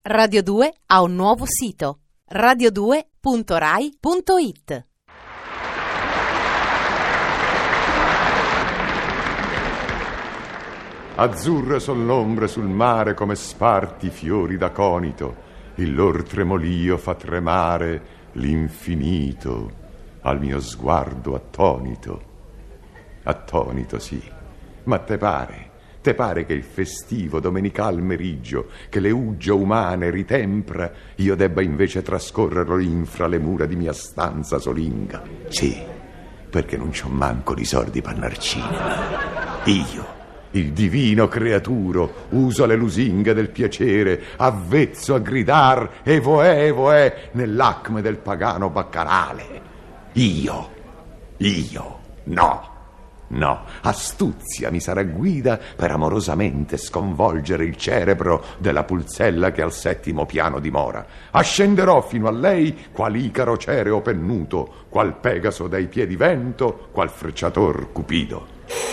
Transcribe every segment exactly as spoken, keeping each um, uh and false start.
Radio due ha un nuovo sito: radio due punto rai punto it. Azzurre son l'ombre sul mare come sparti fiori d'aconito, il lor tremolio fa tremare l'infinito al mio sguardo attonito. Attonito, sì, ma te pare, te pare che il festivo domenical meriggio che le uggio umane ritempra, io debba invece trascorrerlo infra le mura di mia stanza solinga? Sì, perché non c'ho manco di sordi per andar cinema. Io, il divino creaturo, uso le lusinghe del piacere, avvezzo a gridar evoe evoe nell'acme del pagano baccarale. Io, io, no, no, astuzia mi sarà guida per amorosamente sconvolgere il cerebro della pulzella che al settimo piano dimora. Ascenderò fino a lei qual Icaro cereo pennuto, qual Pegaso dai piedi vento, qual frecciator Cupido.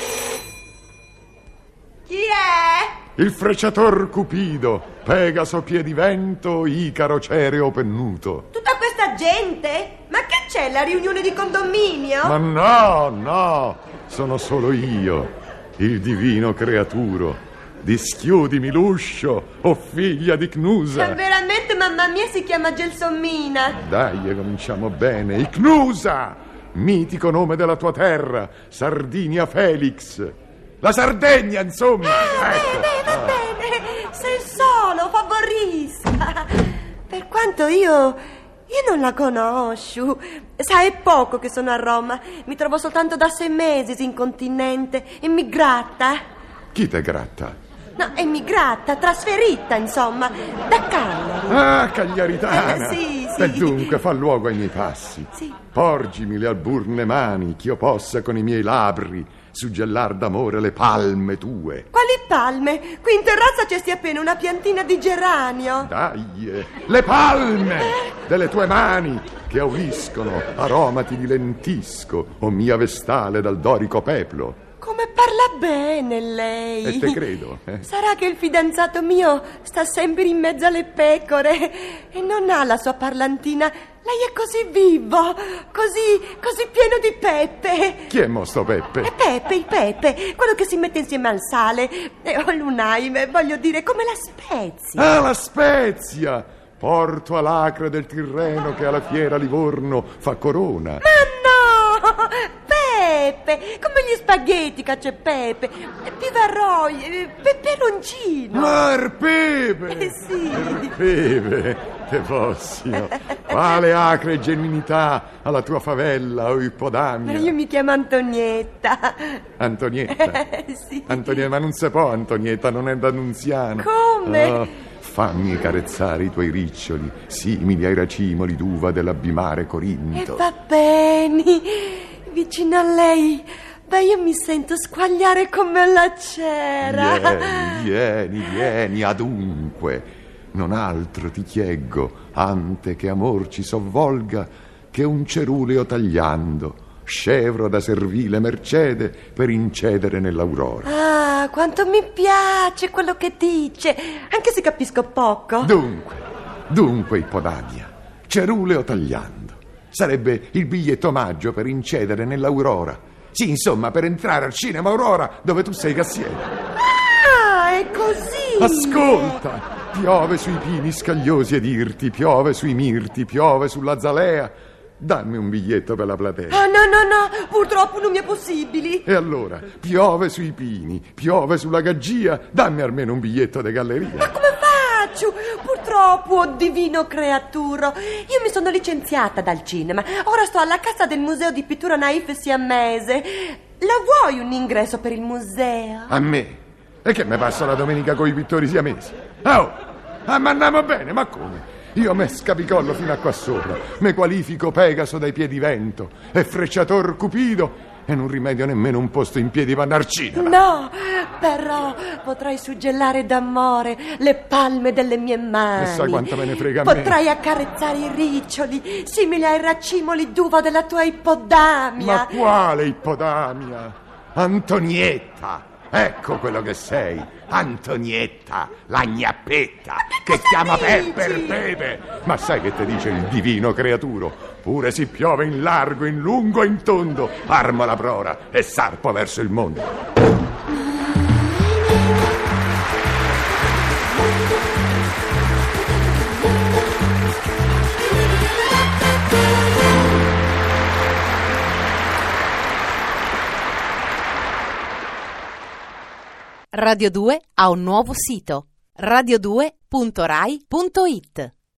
Chi è? Il frecciator Cupido, Pegaso piedivento, Icaro cereo pennuto. Tutta questa gente? Ma che c'è, la riunione di condominio? Ma no, no, sono solo io, il divino creaturo. Dischiudimi l'uscio, o figlia di Cnusa. Ma veramente, mamma mia, si chiama Gelsomina. Dai, cominciamo bene. Icnusa, mitico nome della tua terra, Sardinia Felix. La Sardegna, insomma. Ah, ecco. bene, va bene. Sei solo, favorista. Per quanto io... Io non la conosco. Sa, è poco che sono a Roma. Mi trovo soltanto da sei mesi in continente. Immigrata. Chi te gratta? No, emigrata, trasferita, insomma, da Cagliari. Ah, cagliaritana. Eh, sì, sì. E dunque fa luogo ai miei passi. Sì. Porgimi le alburne mani, ch'io possa con i miei labri suggellar d'amore le palme tue. Quali palme? Qui in terrazza c'è sia appena una piantina di geranio. Dai, le palme delle tue mani che auliscono aromati di lentisco, o mia vestale dal dorico peplo. Come parla bene lei. E te credo, eh? Sarà che il fidanzato mio sta sempre in mezzo alle pecore e non ha la sua parlantina. Lei è così vivo, così, così pieno di pepe. Chi è mosto Peppe? È Pepe, il Pepe, quello che si mette insieme al sale e o l'unaime, voglio dire, come la spezia. Ah, la Spezia! Porto all'acre del Tirreno che alla fiera Livorno fa corona. Ma no! Pepe, come gli spaghetti, cacio e pepe, pivaroi, peperoncino. Ma il pepe! Eh sì. Il pepe, che possino. Quale acre genuinità alla tua favella, o ippodamia. Ma io mi chiamo Antonietta. Antonietta? Eh, sì. Antonietta, ma non si può, Antonietta, non è d'Annunziana. Come? Oh, fammi carezzare i tuoi riccioli, simili ai racimoli d'uva dell'abimare E Corinto. va bene. Vicino a lei, beh, io mi sento squagliare come la cera. Vieni, vieni, vieni, adunque. Non altro ti chieggo, ante che amor ci sovvolga, che un ceruleo tagliando, scevro da servile mercede per incedere nell'aurora. Ah, quanto mi piace quello che dice, anche se capisco poco. Dunque, dunque, ippodamia, ceruleo tagliando. Sarebbe il biglietto omaggio per incedere nell'aurora. Sì, insomma, per entrare al cinema Aurora, dove tu sei cassiere. Ah, è così. Ascolta, piove sui pini scagliosi ed irti, piove sui mirti, piove sulla zalea. Dammi un biglietto per la platea. Ah, no, no, no, purtroppo non mi è possibile. E allora, piove sui pini, piove sulla gaggia, dammi almeno un biglietto de galleria. Ma come faccio? Purtroppo, oh divino creaturo, io mi sono licenziata dal cinema. Ora sto alla cassa del museo di pittura naif siamese. La vuoi un ingresso per il museo? A me? E che me passo la domenica coi pittori siamesi? Oh, ah, ma andiamo bene, ma come? Io me scapicollo fino a qua sopra, me qualifico Pegaso dai piedi vento e frecciator Cupido e non rimedio nemmeno un posto in piedi per andar cinema. No, però potrai suggellare d'amore le palme delle mie mani. E sai quanto me ne frega a me? Potrai accarezzare i riccioli simili ai racimoli d'uva della tua ippodamia. Ma quale ippodamia? Antonietta, Ecco quello che sei, Antonietta, la gnappetta, che cosa chiama dici? Pepper Pepe. Ma sai che te dice il divino creaturo? Pure si piove in largo, in lungo e in tondo, arma la prora e sarpo verso il mondo. Radio due ha un nuovo sito, radio due punto rai punto it.